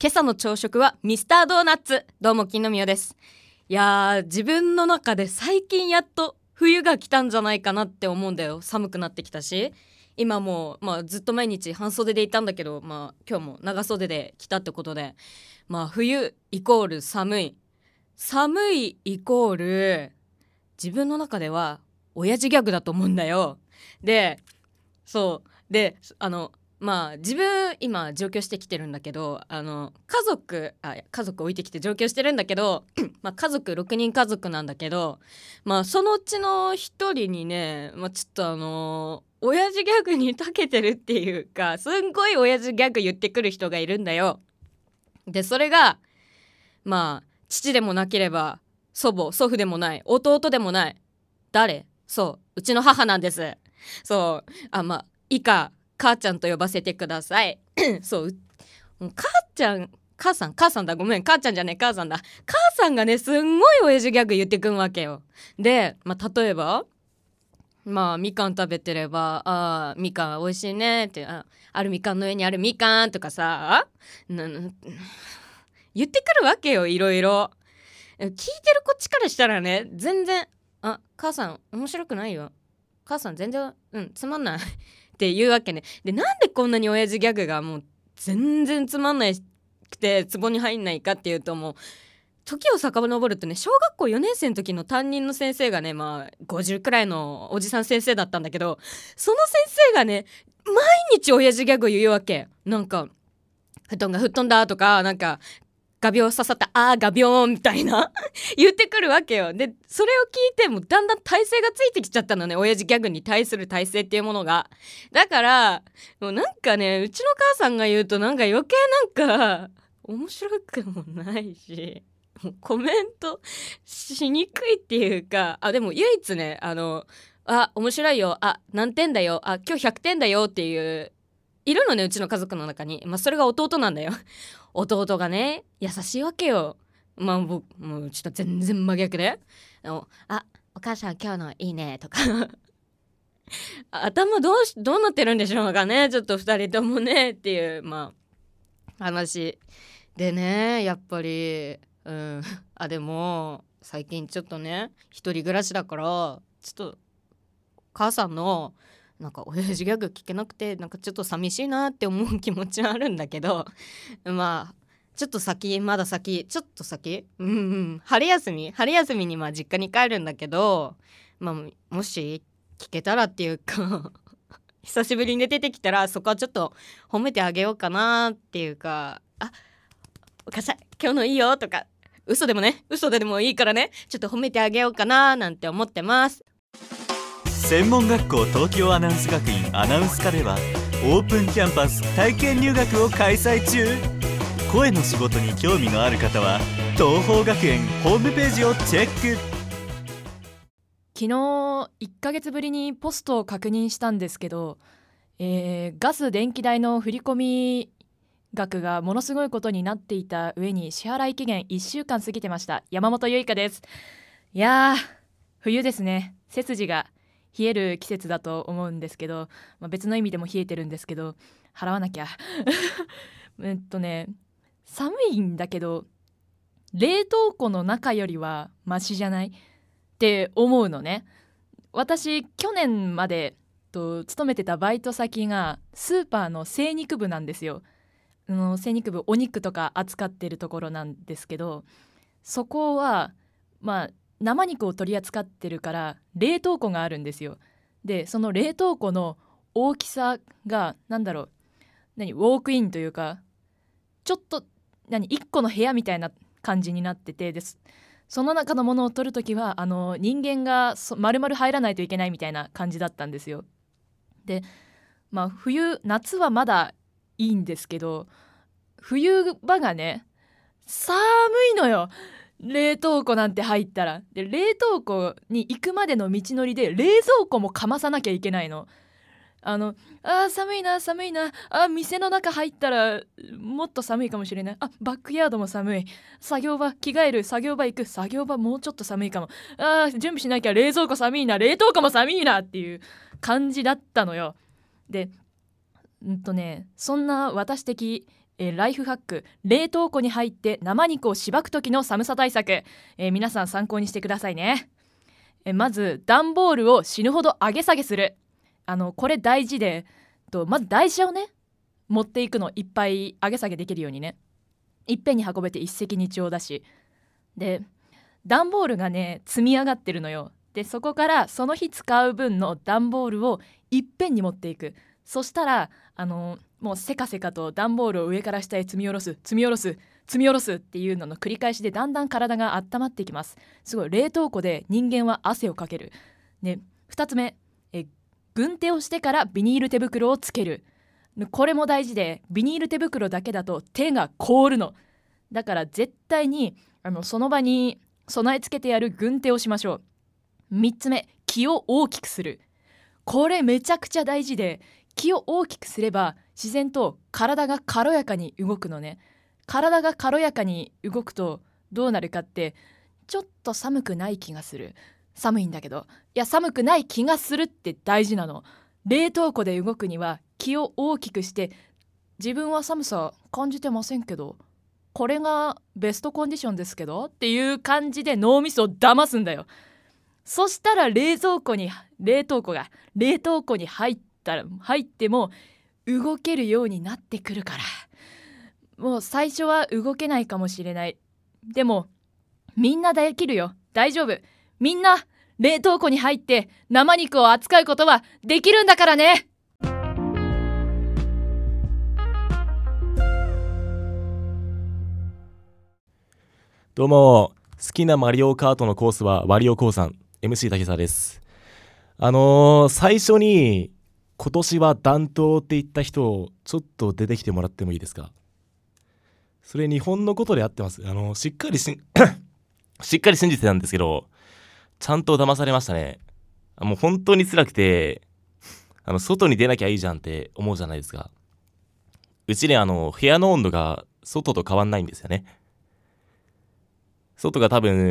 今朝の朝食はミスタードーナツ。どうも金のみよです。いやー、自分の中で最近やっと冬が来たんじゃないかなって思うんだよ。寒くなってきたし、今もう、ずっと毎日半袖でいたんだけど、今日も長袖で来たってことで、冬イコール寒い、寒いイコール自分の中では親父ギャグだと思うんだよ。で、そうで、自分今上京してきてるんだけど、家族置いてきて上京してるんだけど家族6人家族なんだけど、そのうちの1人にね、ちょっと親父ギャグに長けてるっていうか、すんごい親父ギャグ言ってくる人がいるんだよ。でそれが父でもなければ祖父でもない、弟でもない、うちの母なんです。以下母ちゃんと呼ばせてくださいもう母さんだ、ごめん、母ちゃんじゃねえ、母さんだ。母さんがね、すんごい親父ギャグ言ってくんわけよ。で、例えばみかん食べてれば、みかん美味しいねって、あるみかんの上にあるみかんとかさ、言ってくるわけよ、いろいろ。聞いてるこっちからしたらね、全然母さん面白くないよ、母さん全然つまんないって言うわけね。で、なんでこんなに親父ギャグがもう全然つまんないくてツボに入んないかっていうと、もう時を遡るとね、小学校4年生の時の担任の先生がね、50くらいのおじさん先生だったんだけど、その先生がね、毎日親父ギャグ言うわけ。なんか布団が吹っ飛んだとか、なんか画鋲刺さった画鋲みたいな言ってくるわけよ。でそれを聞いてもだんだん体勢がついてきちゃったのね、親父ギャグに対する体勢っていうものが。だからもうなんかね、うちの母さんが言うとなんか余計なんか面白くもないし、もうコメントしにくいっていうか、でも唯一ね、面白いよ、何点だよ、今日100点だよっていういるのね、うちの家族の中に。それが弟なんだよ。弟がね、優しいわけよ。僕もうちょっと全然真逆で、お母さん今日のいいねとか頭どうなってるんでしょうかね、ちょっと2人ともねっていう話でね、やっぱりでも最近ちょっとね、一人暮らしだからちょっと母さんのなんか親父ギャグ聞けなくて、なんかちょっと寂しいなって思う気持ちはあるんだけど、ちょっと先、ちょっと先、春休みに実家に帰るんだけど、もし聞けたらっていうか久しぶりに出てきたら、そこはちょっと褒めてあげようかなっていうか、お母さん今日のいいよとか、嘘でもいいからね、ちょっと褒めてあげようかななんて思ってます。 専門学校東京アナウンス学院アナウンス科ではオープンキャンパス体験入学を開催中。声の仕事に興味のある方は東邦学園ホームページをチェック。 昨日1ヶ月ぶりにポストを確認したんですけど、ガス電気代の振込額がものすごいことになっていた上に、支払い期限1週間過ぎてました。山本ゆいかです。いやー、冬ですね。背筋が冷える季節だと思うんですけど、別の意味でも冷えてるんですけど、払わなきゃ寒いんだけど冷凍庫の中よりはマシじゃないって思うのね。私去年まで勤めてたバイト先がスーパーの精肉部なんですよ。精肉部、お肉とか扱ってるところなんですけど、そこは生肉を取り扱ってるから冷凍庫があるんですよ。でその冷凍庫の大きさがウォークインというか、ちょっと1個の部屋みたいな感じになってて、その中のものを取るときは人間が丸々入らないといけないみたいな感じだったんですよ。で夏はまだいいんですけど、冬場がね、寒いのよ。冷凍庫なんて入ったら。で冷凍庫に行くまでの道のりで冷蔵庫もかまさなきゃいけないの。寒いな、店の中入ったらもっと寒いかもしれない。バックヤードも寒い。作業場着替える、作業場行く、作業場もうちょっと寒いかも。準備しなきゃ、冷蔵庫寒いな、冷凍庫も寒いなっていう感じだったのよ。でそんな私的ライフハック、冷凍庫に入って生肉をしばく時の寒さ対策、皆さん参考にしてくださいね。まず段ボールを死ぬほど上げ下げする。これ大事で、まず台車をね持っていくの、いっぱい上げ下げできるようにね、いっぺんに運べて一石二鳥だし。で段ボールがね積み上がってるのよ。でそこからその日使う分の段ボールをいっぺんに持っていく。そしたらもうせかせかと段ボールを上から下へ積み下ろすっていうのの繰り返しで、だんだん体が温まっていきます。すごい、冷凍庫で人間は汗をかける、ね、2つ目、軍手をしてからビニール手袋をつける。これも大事で、ビニール手袋だけだと手が凍るの。だから絶対にその場に備え付けてやる軍手をしましょう。3つ目、気を大きくする。これめちゃくちゃ大事で、気を大きくすれば自然と体が軽やかに動くのね。体が軽やかに動くとどうなるかって、ちょっと寒くない気がする。寒いんだけど、いや寒くない気がするって大事なの。冷凍庫で動くには気を大きくして、自分は寒さ感じてませんけど、これがベストコンディションですけどっていう感じで脳みそを騙すんだよ。そしたら冷凍庫に入っても動けるようになってくるから。もう最初は動けないかもしれない。でもみんなできるよ、大丈夫。みんな冷凍庫に入って生肉を扱うことはできるんだからね。 どうも、好きなマリオカートのコースはワリオコーさん、 MC 竹澤です。最初に今年は暖冬って言った人、ちょっと出てきてもらってもいいですか。それ日本のことで合ってます。しっかり信じてたんですけど、ちゃんと騙されましたね。もう本当に辛くて、外に出なきゃいいじゃんって思うじゃないですか。うちね、部屋の温度が外と変わんないんですよね。外が多分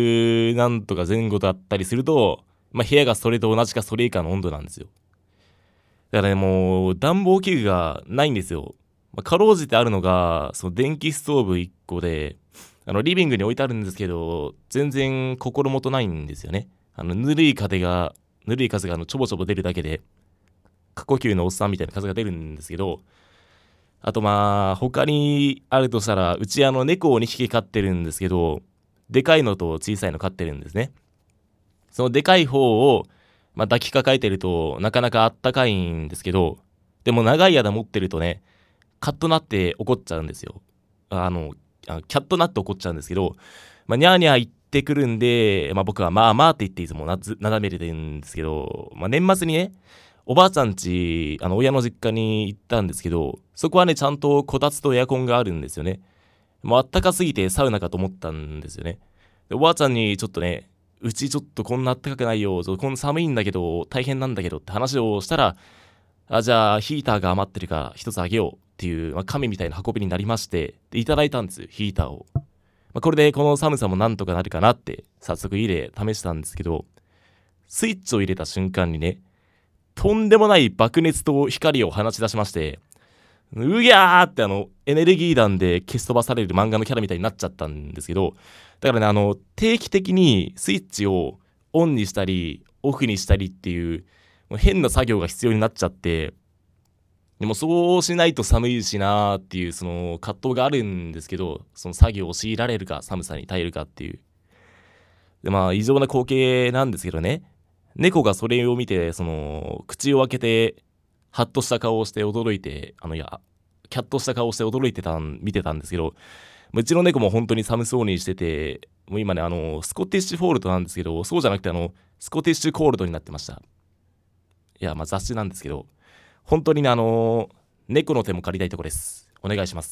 10何とか前後だったりすると、部屋がそれと同じかそれ以下の温度なんですよ。だからね、もう暖房器具がないんですよ。かろうじてあるのがその電気ストーブ1個で、リビングに置いてあるんですけど、全然心もとないんですよね。ぬるい風がちょぼちょぼ出るだけで、過呼吸のおっさんみたいな風が出るんですけど、あと他にあるとしたら、うち猫を2匹飼ってるんですけど、でかいのと小さいの飼ってるんですね。そのでかい方を、抱きかかえてるとなかなかあったかいんですけど、でも長い間持ってるとね、カッとなって怒っちゃうんですよ。キャッとなって怒っちゃうんですけど、ニャーニャー言ってくるんで、僕はまあって言っていつもなだめれてるんですけど、年末にね、おばあちゃん家、親の実家に行ったんですけど、そこはね、ちゃんとこたつとエアコンがあるんですよね。もうあったかすぎてサウナかと思ったんですよね。でおばあちゃんにちょっとね、うちちょっとこんなあったかくないよ、こんな寒いんだけど大変なんだけどって話をしたら、じゃあヒーターが余ってるから一つあげようっていう、神みたいな運びになりまして、でいただいたんですよ、ヒーターを。これでこの寒さもなんとかなるかなって早速入れ試したんですけど、スイッチを入れた瞬間にね、とんでもない爆熱と光を放ち出しまして、うぎゃーってエネルギー弾で消し飛ばされる漫画のキャラみたいになっちゃったんですけど、だからね、定期的にスイッチをオンにしたりオフにしたりっていう変な作業が必要になっちゃって、でもそうしないと寒いしなーっていうその葛藤があるんですけど、その作業を強いられるか寒さに耐えるかっていう、で異常な光景なんですけどね、猫がそれを見て口を開けてハッとした顔をして驚いて、キャッとした顔をして驚いて見てたんですけど、うちの猫も本当に寒そうにしてて、もう今ねスコティッシュフォールドなんですけど、そうじゃなくてスコティッシュコールドになってました。いや雑誌なんですけど、本当にね猫の手も借りたいところです。お願いします。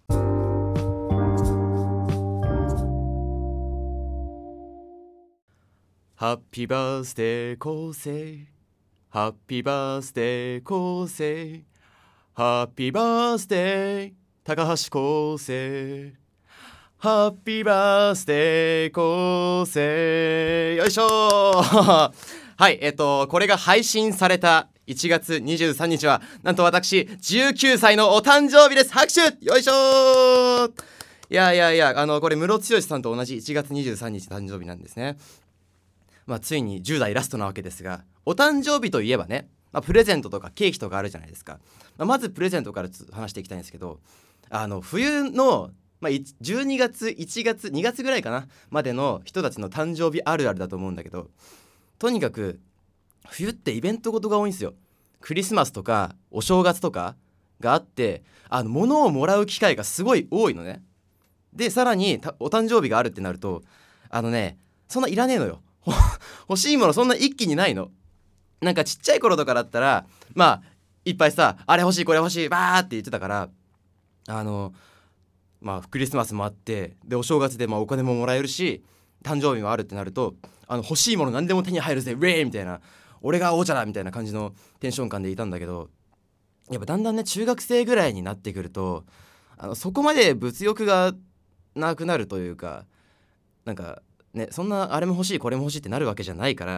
ハッピーバースデー昴生、ハッピーバースデー昴生、ハッピーバースデー高橋昴生、ハッピーバースデー昴生、よいしょーはい、これが配信された1月23日はなんと私19歳のお誕生日です。拍手よいしょー。いやこれムロツヨシさんと同じ1月23日誕生日なんですね。ついに10代ラストなわけですが、お誕生日といえばね、プレゼントとかケーキとかあるじゃないですか。まずプレゼントから話していきたいんですけど、冬の、12月1月2月ぐらいかなまでの人たちの誕生日あるあるだと思うんだけど、とにかく冬ってイベントごとが多いんですよ。クリスマスとかお正月とかがあって、物をもらう機会がすごい多いのね。でさらにお誕生日があるってなるとそんないらねえのよ欲しいものそんな一気にないの。なんかちっちゃい頃とかだったらいっぱいさ、あれ欲しいこれ欲しいバーって言ってたから、クリスマスもあって、でお正月でお金ももらえるし誕生日もあるってなると、欲しいもの何でも手に入るぜウェーみたいな、俺が王者だみたいな感じのテンション感でいたんだけど、やっぱだんだんね中学生ぐらいになってくるとそこまで物欲がなくなるというか、なんかね、そんなあれも欲しいこれも欲しいってなるわけじゃないから、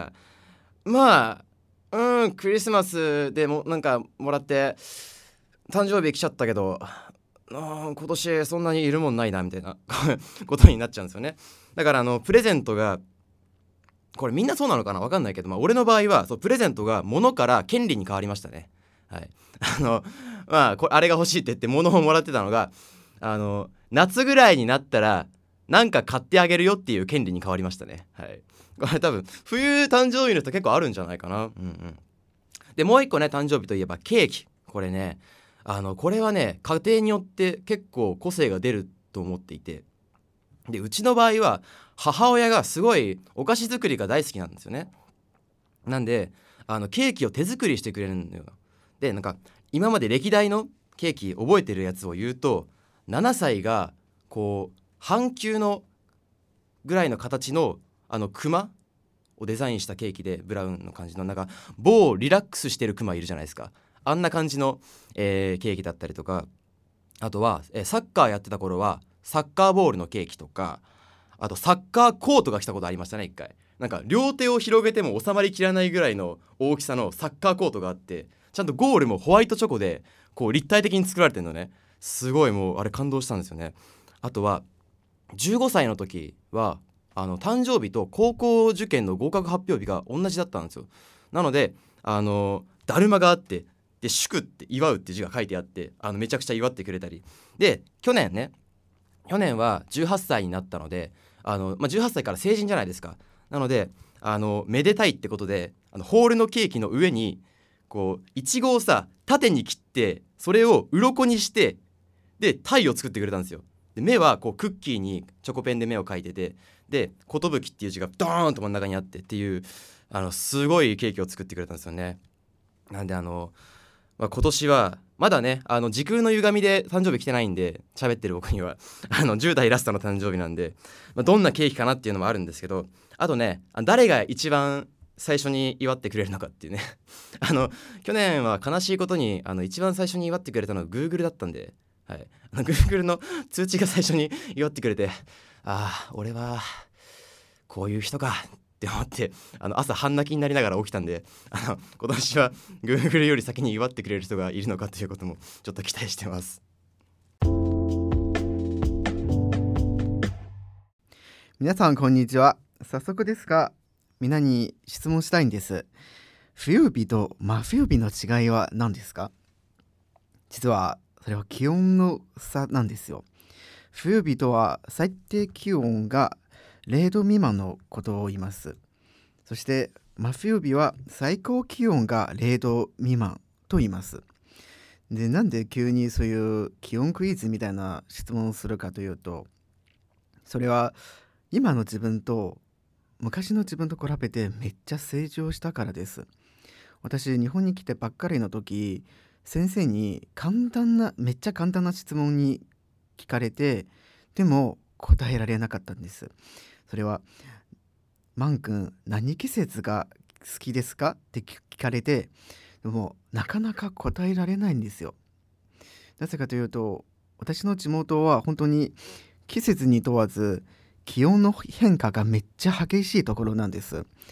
クリスマスでもなんかもらって誕生日来ちゃったけど今年そんなにいるもんないなみたいなことになっちゃうんですよね。だからプレゼントが、これみんなそうなのかな分かんないけど、俺の場合はプレゼントが物から権利に変わりましたね。はい、あれが欲しいって言って物をもらってたのが夏ぐらいになったらなんか買ってあげるよっていう権利に変わりましたね。はい、これ多分冬誕生日の人結構あるんじゃないかな。でもう一個ね、誕生日といえばケーキ。これねこれはね家庭によって結構個性が出ると思っていて、でうちの場合は母親がすごいお菓子作りが大好きなんですよね。なんでケーキを手作りしてくれるんだよ。でなんか今まで歴代のケーキ覚えてるやつを言うと、7歳がこう半球のぐらいの形のクマをデザインしたケーキで、ブラウンの感じのなんか某リラックスしてるクマいるじゃないですか。あんな感じの、ケーキだったりとか、あとは、サッカーやってた頃はサッカーボールのケーキとか、あとサッカーコートが来たことありましたね。一回なんか両手を広げても収まりきらないぐらいの大きさのサッカーコートがあって、ちゃんとゴールもホワイトチョコでこう立体的に作られてるのね。すごいもうあれ感動したんですよね。あとは15歳の時は誕生日と高校受験の合格発表日が同じだったんですよ。なのでだるまがあって、で祝って祝うって字が書いてあって、めちゃくちゃ祝ってくれたりで、去年は18歳になったので18歳から成人じゃないですか。なのでめでたいってことでホールのケーキの上にこういちごをさ縦に切って、それを鱗にしてで鯛を作ってくれたんですよ。で目はこうクッキーにチョコペンで目を描いてて、で寿っていう字がドーンと真ん中にあってっていうすごいケーキを作ってくれたんですよね。なんで今年はまだね時空の歪みで誕生日来てないんで、喋ってる僕には10代ラストの誕生日なんで、どんなケーキかなっていうのもあるんですけど、あとね誰が一番最初に祝ってくれるのかっていうね去年は悲しいことに一番最初に祝ってくれたのは Google だったんで、はい、Google の通知が最初に祝ってくれて、俺はこういう人かって思って朝半泣きになりながら起きたんで、今年は Google より先に祝ってくれる人がいるのかということもちょっと期待してます。 皆さんこんにちは。早速ですがみんなに質問したいんです。冬日と真冬日の違いは何ですか？実はそれは気温の差なんですよ。冬日とは最低気温が0度未満のことを言います。そして真冬日は最高気温が0度未満と言います。で、なんで急にそういう気温クイズみたいな質問をするかというと、それは今の自分と昔の自分と比べてめっちゃ成長したからです。私日本に来てばっかりの時、先生にめっちゃ簡単な質問に聞かれて、でも答えられなかったんです。それはマン君何季節が好きですかって聞かれて、でもなかなか答えられないんですよ。なぜかというと、私の地元は本当に季節に問わず気温の変化がめっちゃ激しいところなんです。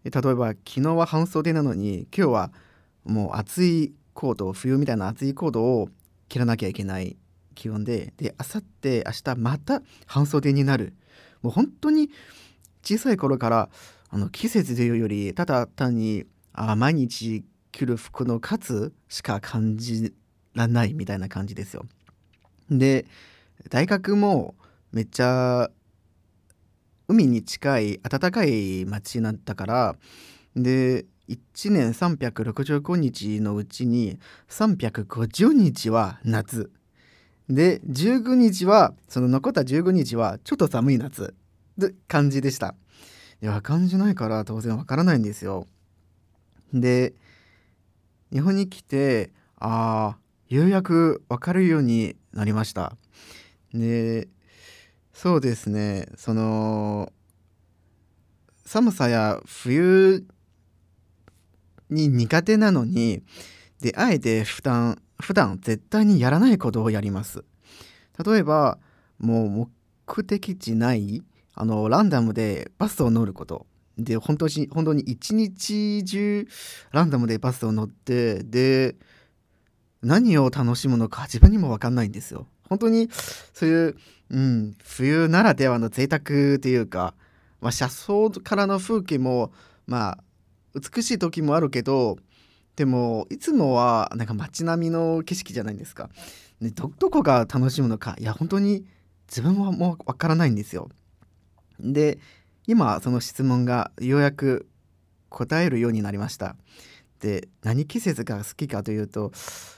例えば昨日は半袖なのに今日はもう暑いコート、冬みたいな暑いコートを着らなきゃいけない気温で、明日また半袖になる。もう本当に小さい頃から季節というよりただ単に毎日着る服の数しか感じらないみたいな感じですよ。で大学もめっちゃ海に近い暖かい町なんだから、で1年365日のうちに350日は夏で、19日はその残った15日はちょっと寒い夏って感じでした。いや感じないから当然わからないんですよ。で日本に来てようやくわかるようになりました。でそうですね、その寒さや冬に苦手なのにあえて普段絶対にやらないことをやります。例えばもう目的地ないランダムでバスを乗ることで、本当に一日中ランダムでバスを乗って、で何を楽しむのか自分にも分かんないんですよ。本当にそういう、冬ならではの贅沢というか、車窓からの風景も美しい時もあるけど、でもいつもはなんか街並みの景色じゃないですか。どこが楽しむのか、本当に自分はもう分からないんですよ。で今その質問がようやく答えるようになりました。で何季節が好きかというと、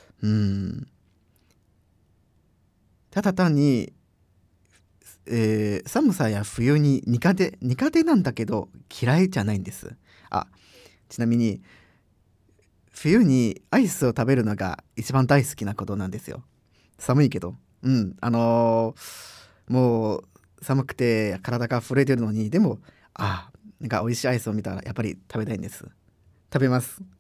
ただ単に、寒さや冬に苦手なんだけど嫌いじゃないんです。ちなみに冬にアイスを食べるのが一番大好きなことなんですよ。寒いけどもう寒くて体が震えてるのに、でもなんか美味しいアイスを見たらやっぱり食べたいんです。食べます。